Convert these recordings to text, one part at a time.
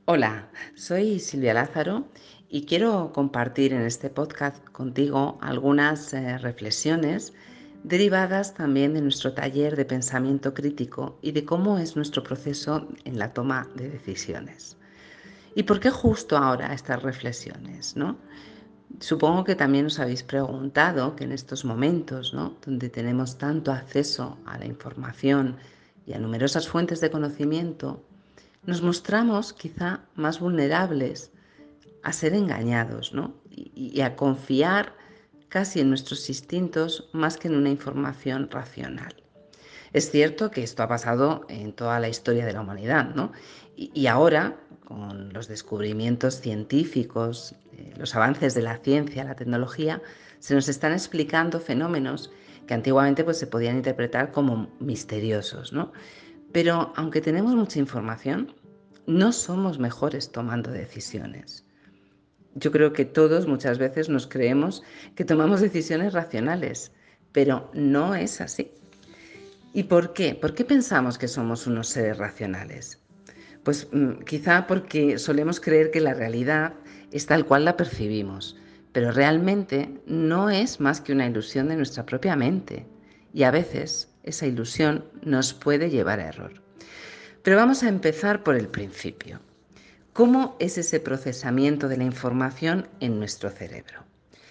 Hola, soy Silvia Lázaro y quiero compartir en este podcast contigo algunas reflexiones derivadas también de nuestro taller de pensamiento crítico y de cómo es nuestro proceso en la toma de decisiones. ¿Y por qué justo ahora estas reflexiones, no? Supongo que también os habéis preguntado que en estos momentos, ¿no?, donde tenemos tanto acceso a la información y a numerosas fuentes de conocimiento, nos mostramos quizá más vulnerables a ser engañados, ¿no? y a confiar casi en nuestros instintos más que en una información racional. Es cierto que esto ha pasado en toda la historia de la humanidad, ¿no? Y ahora, con los descubrimientos científicos, los avances de la ciencia, la tecnología, se nos están explicando fenómenos que antiguamente pues, se podían interpretar como misteriosos, ¿no? Pero aunque tenemos mucha información, no somos mejores tomando decisiones. Yo creo que todos muchas veces nos creemos que tomamos decisiones racionales, pero no es así. ¿Y por qué? ¿Por qué pensamos que somos unos seres racionales? Pues quizá porque solemos creer que la realidad es tal cual la percibimos, pero realmente no es más que una ilusión de nuestra propia mente. Y a veces esa ilusión nos puede llevar a error. Pero vamos a empezar por el principio. ¿Cómo es ese procesamiento de la información en nuestro cerebro?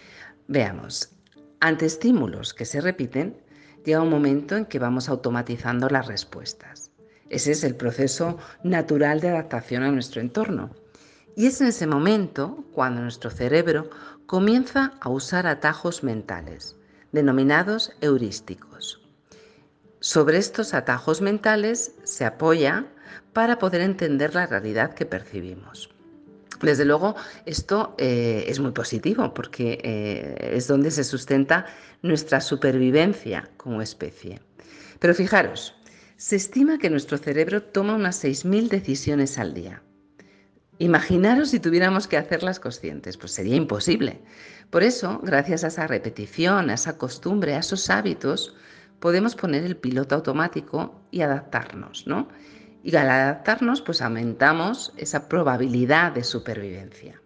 Veamos, ante estímulos que se repiten, llega un momento en que vamos automatizando las respuestas. Ese es el proceso natural de adaptación a nuestro entorno. Y es en ese momento cuando nuestro cerebro comienza a usar atajos mentales, denominados heurísticos. Sobre estos atajos mentales se apoya para poder entender la realidad que percibimos. Desde luego, esto es muy positivo porque es donde se sustenta nuestra supervivencia como especie. Pero fijaros, se estima que nuestro cerebro toma unas 6.000 decisiones al día. Imaginaros si tuviéramos que hacerlas conscientes, pues sería imposible. Por eso, gracias a esa repetición, a esa costumbre, a esos hábitos, podemos poner el piloto automático y adaptarnos, ¿no? Y al adaptarnos, pues aumentamos esa probabilidad de supervivencia.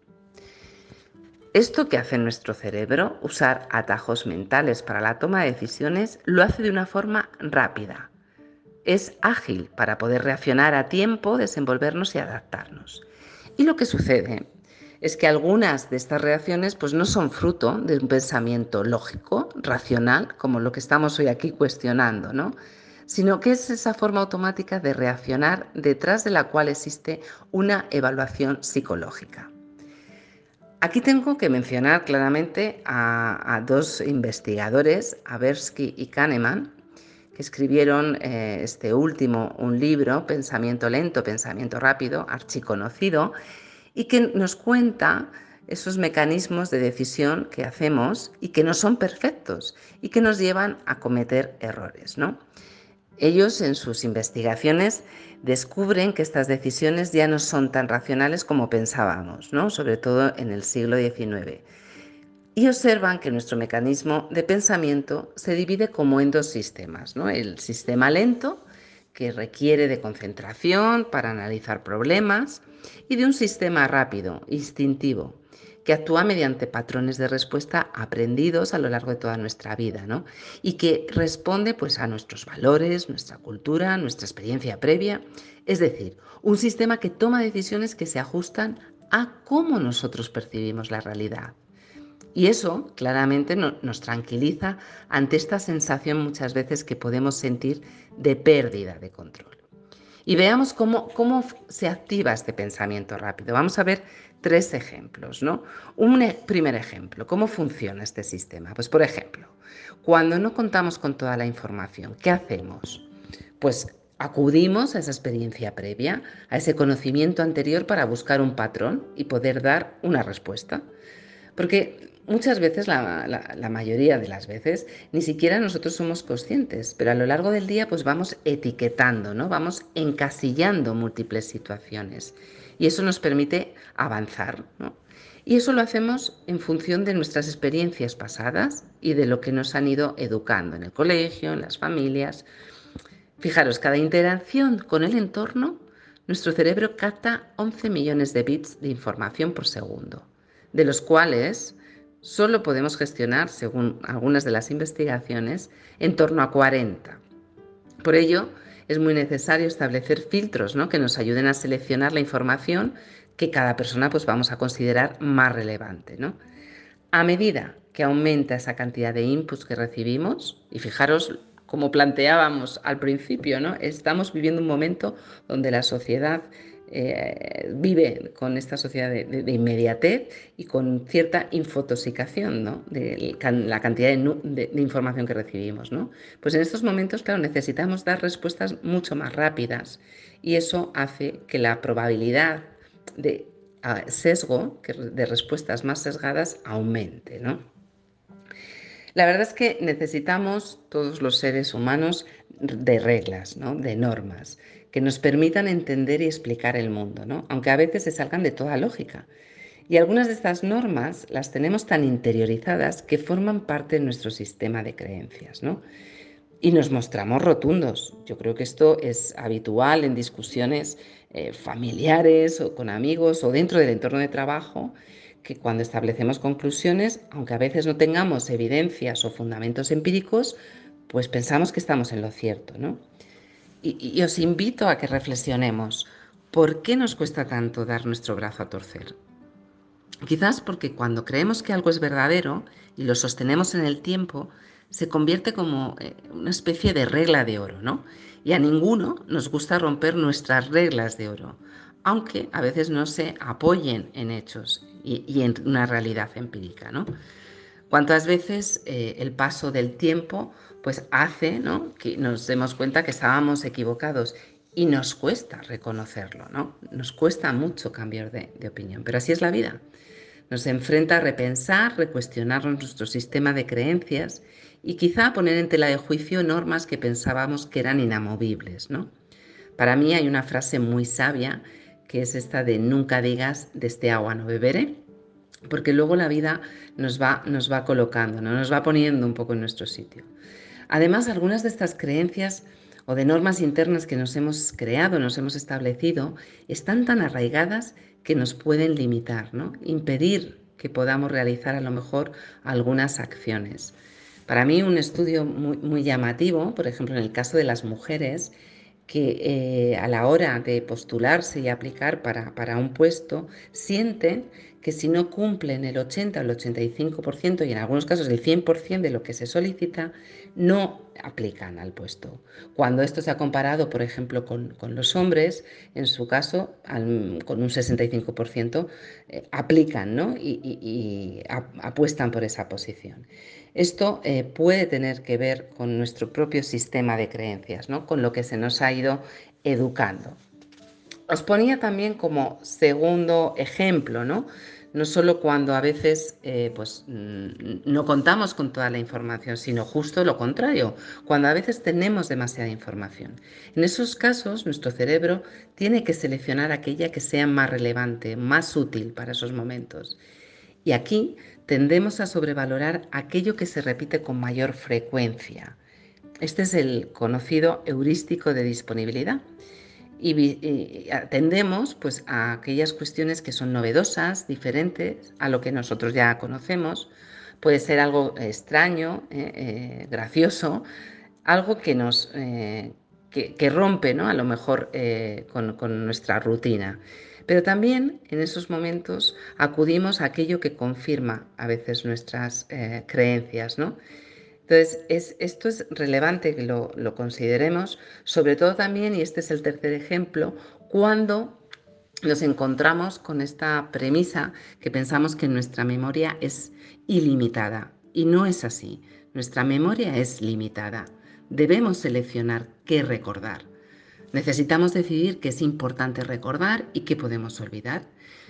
Esto que hace nuestro cerebro, usar atajos mentales para la toma de decisiones, lo hace de una forma rápida. Es ágil para poder reaccionar a tiempo, desenvolvernos y adaptarnos. Y lo que sucede es que algunas de estas reacciones pues, no son fruto de un pensamiento lógico, racional, como lo que estamos hoy aquí cuestionando, ¿no? Sino que es esa forma automática de reaccionar detrás de la cual existe una evaluación psicológica. Aquí tengo que mencionar claramente a dos investigadores, Tversky y Kahneman, que escribieron este último un libro, Pensamiento lento, pensamiento rápido, archiconocido, y que nos cuenta esos mecanismos de decisión que hacemos y que no son perfectos y que nos llevan a cometer errores, ¿no? Ellos en sus investigaciones descubren que estas decisiones ya no son tan racionales como pensábamos, ¿no?, sobre todo en el siglo XIX. Y observan que nuestro mecanismo de pensamiento se divide como en dos sistemas, ¿no? El sistema lento, que requiere de concentración para analizar problemas, y de un sistema rápido, instintivo, que actúa mediante patrones de respuesta aprendidos a lo largo de toda nuestra vida, ¿no? Y que responde pues, a nuestros valores, nuestra cultura, nuestra experiencia previa. Es decir, un sistema que toma decisiones que se ajustan a cómo nosotros percibimos la realidad. Y eso claramente nos tranquiliza ante esta sensación muchas veces que podemos sentir de pérdida de control. Y veamos cómo se activa este pensamiento rápido. Vamos a ver tres ejemplos, ¿no? Un primer ejemplo, ¿cómo funciona este sistema? Pues por ejemplo, cuando no contamos con toda la información, ¿qué hacemos? Pues acudimos a esa experiencia previa, a ese conocimiento anterior para buscar un patrón y poder dar una respuesta. Porque muchas veces, la mayoría de las veces, ni siquiera nosotros somos conscientes, pero a lo largo del día pues vamos etiquetando, ¿no? Vamos encasillando múltiples situaciones y eso nos permite avanzar, ¿no? Y eso lo hacemos en función de nuestras experiencias pasadas y de lo que nos han ido educando en el colegio, en las familias. Fijaros, cada interacción con el entorno Nuestro cerebro capta 11 millones de bits de información por segundo, de los cuales solo podemos gestionar, según algunas de las investigaciones, en torno a 40. Por ello, es muy necesario establecer filtros, ¿no?, que nos ayuden a seleccionar la información que cada persona pues, vamos a considerar más relevante, ¿no? A medida que aumenta esa cantidad de inputs que recibimos, y fijaros como planteábamos al principio, ¿no?, estamos viviendo un momento donde la sociedad vive con esta sociedad de inmediatez y con cierta infotosicación, ¿no?, de la cantidad de información que recibimos, ¿no? Pues en estos momentos, claro, necesitamos dar respuestas mucho más rápidas y eso hace que la probabilidad de sesgo, de respuestas más sesgadas, aumente, ¿no? La verdad es que necesitamos todos los seres humanos de reglas, ¿no?, de normas, que nos permitan entender y explicar el mundo, ¿no?, aunque a veces se salgan de toda lógica. Y algunas de estas normas las tenemos tan interiorizadas que forman parte de nuestro sistema de creencias, ¿no? Y nos mostramos rotundos. Yo creo que esto es habitual en discusiones familiares o con amigos o dentro del entorno de trabajo, que cuando establecemos conclusiones, aunque a veces no tengamos evidencias o fundamentos empíricos, pues pensamos que estamos en lo cierto, ¿no? Y os invito a que reflexionemos. ¿Por qué nos cuesta tanto dar nuestro brazo a torcer? Quizás porque cuando creemos que algo es verdadero y lo sostenemos en el tiempo, se convierte como una especie de regla de oro, ¿no? Y a ninguno nos gusta romper nuestras reglas de oro, aunque a veces no se apoyen en hechos y en una realidad empírica, ¿no? ¿Cuántas veces el paso del tiempo pues hace, ¿no?, que nos demos cuenta que estábamos equivocados? Y nos cuesta reconocerlo, ¿no? Nos cuesta mucho cambiar de opinión, pero así es la vida. Nos enfrenta a repensar, recuestionarnos nuestro sistema de creencias y quizá a poner en tela de juicio normas que pensábamos que eran inamovibles, ¿no? Para mí hay una frase muy sabia que es esta de nunca digas de este agua no beberé, porque luego la vida nos va colocando, ¿no?, nos va poniendo un poco en nuestro sitio. Además, algunas de estas creencias o de normas internas que nos hemos creado, nos hemos establecido, están tan arraigadas que nos pueden limitar, ¿no?, impedir que podamos realizar a lo mejor algunas acciones. Para mí un estudio muy llamativo, por ejemplo, en el caso de las mujeres, que a la hora de postularse y aplicar para un puesto, sienten que si no cumplen el 80 o el 85% y en algunos casos el 100% de lo que se solicita, no aplican al puesto. Cuando esto se ha comparado, por ejemplo, con los hombres, en su caso, con un 65% aplican, ¿no?, y apuestan por esa posición. Esto puede tener que ver con nuestro propio sistema de creencias, ¿no?, con lo que se nos ha ido educando. Os ponía también como segundo ejemplo, ¿no?, no solo cuando a veces no contamos con toda la información, sino justo lo contrario, cuando a veces tenemos demasiada información. En esos casos, nuestro cerebro tiene que seleccionar aquella que sea más relevante, más útil para esos momentos. Y aquí tendemos a sobrevalorar aquello que se repite con mayor frecuencia. Este es el conocido heurístico de disponibilidad. Y atendemos pues, a aquellas cuestiones que son novedosas, diferentes a lo que nosotros ya conocemos. Puede ser algo extraño, gracioso, algo que que rompe, ¿no?, a lo mejor con nuestra rutina. Pero también en esos momentos acudimos a aquello que confirma a veces nuestras creencias, ¿no? Entonces, esto es relevante que lo consideremos, sobre todo también, y este es el tercer ejemplo, cuando nos encontramos con esta premisa que pensamos que nuestra memoria es ilimitada. Y no es así. Nuestra memoria es limitada. Debemos seleccionar qué recordar. Necesitamos decidir qué es importante recordar y qué podemos olvidar.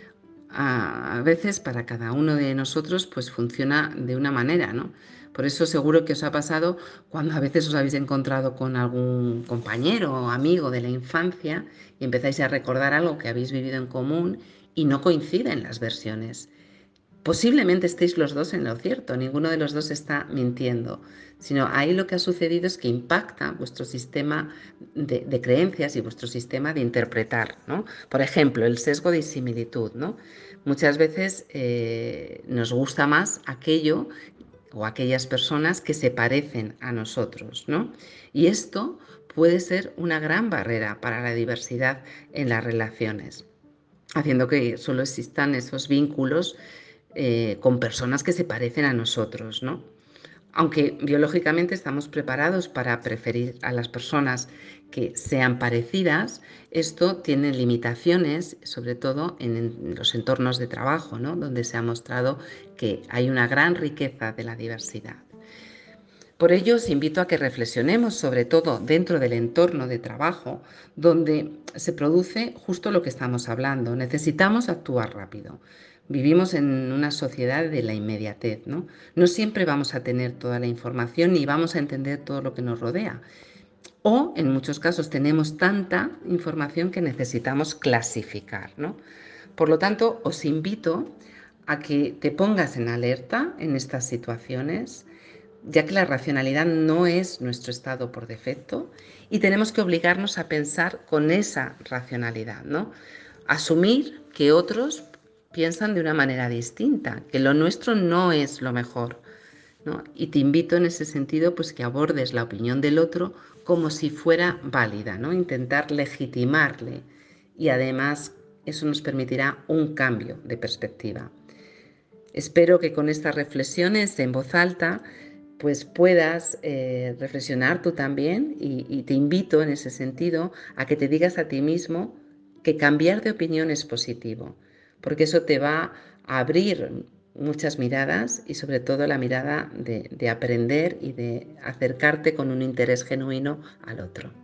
A veces para cada uno de nosotros pues funciona de una manera, ¿no? Por eso seguro que os ha pasado cuando a veces os habéis encontrado con algún compañero o amigo de la infancia y empezáis a recordar algo que habéis vivido en común y no coinciden las versiones. Posiblemente estéis los dos en lo cierto, ninguno de los dos está mintiendo, sino ahí lo que ha sucedido es que impacta vuestro sistema de creencias y vuestro sistema de interpretar, ¿no? Por ejemplo, el sesgo de similitud, ¿no? Muchas veces nos gusta más aquello o aquellas personas que se parecen a nosotros, ¿no? Y esto puede ser una gran barrera para la diversidad en las relaciones, haciendo que solo existan esos vínculos con personas que se parecen a nosotros, ¿no? Aunque biológicamente estamos preparados para preferir a las personas que sean parecidas, esto tiene limitaciones, sobre todo en los entornos de trabajo, ¿no? Donde se ha mostrado que hay una gran riqueza de la diversidad. Por ello, os invito a que reflexionemos, sobre todo dentro del entorno de trabajo, donde se produce justo lo que estamos hablando. Necesitamos actuar rápido. Vivimos en una sociedad de la inmediatez, ¿no? No siempre vamos a tener toda la información ni vamos a entender todo lo que nos rodea. O en muchos casos tenemos tanta información que necesitamos clasificar, ¿no? Por lo tanto, os invito a que te pongas en alerta en estas situaciones, ya que la racionalidad no es nuestro estado por defecto y tenemos que obligarnos a pensar con esa racionalidad, ¿no? Asumir que otros piensan de una manera distinta, que lo nuestro no es lo mejor, ¿no? Y te invito en ese sentido pues que abordes la opinión del otro como si fuera válida, ¿no? Intentar legitimarle y además eso nos permitirá un cambio de perspectiva. Espero que con estas reflexiones en voz alta pues puedas reflexionar tú también y te invito en ese sentido a que te digas a ti mismo que cambiar de opinión es positivo, porque eso te va a abrir muchas miradas y sobre todo la mirada de aprender y de acercarte con un interés genuino al otro.